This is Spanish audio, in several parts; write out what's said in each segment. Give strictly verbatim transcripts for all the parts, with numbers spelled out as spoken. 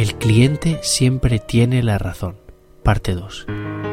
El cliente siempre tiene la razón. Parte dos.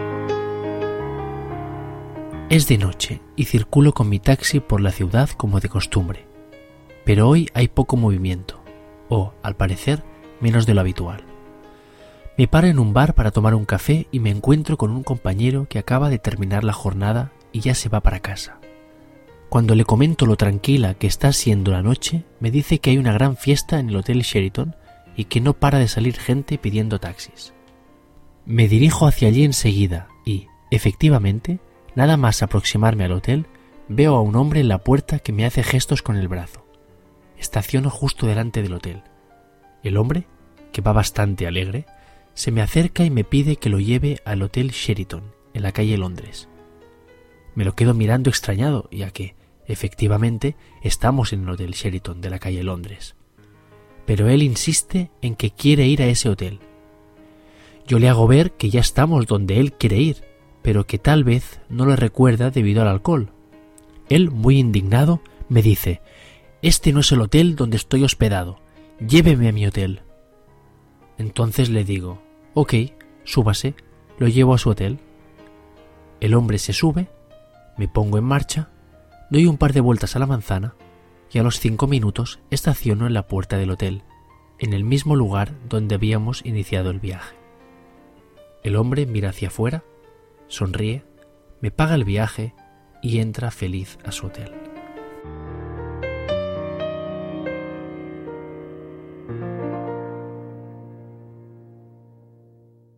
Es de noche y circulo con mi taxi por la ciudad como de costumbre. Pero hoy hay poco movimiento, o, al parecer, menos de lo habitual. Me paro en un bar para tomar un café y me encuentro con un compañero que acaba de terminar la jornada y ya se va para casa. Cuando le comento lo tranquila que está siendo la noche, me dice que hay una gran fiesta en el Hotel Sheraton y que no para de salir gente pidiendo taxis. Me dirijo hacia allí enseguida y, efectivamente, nada más aproximarme al hotel, veo a un hombre en la puerta que me hace gestos con el brazo. Estaciono justo delante del hotel. El hombre, que va bastante alegre, se me acerca y me pide que lo lleve al Hotel Sheraton, en la calle Londres. Me lo quedo mirando extrañado, ya que, efectivamente, estamos en el Hotel Sheraton de la calle Londres. Pero él insiste en que quiere ir a ese hotel. Yo le hago ver que ya estamos donde él quiere ir, pero que tal vez no lo recuerda debido al alcohol. Él, muy indignado, me dice: «Este no es el hotel donde estoy hospedado. Lléveme a mi hotel». Entonces le digo: «Ok, súbase, lo llevo a su hotel». El hombre se sube, me pongo en marcha, doy un par de vueltas a la manzana y a los cinco minutos estaciono en la puerta del hotel, en el mismo lugar donde habíamos iniciado el viaje. El hombre mira hacia afuera, sonríe, me paga el viaje y entra feliz a su hotel.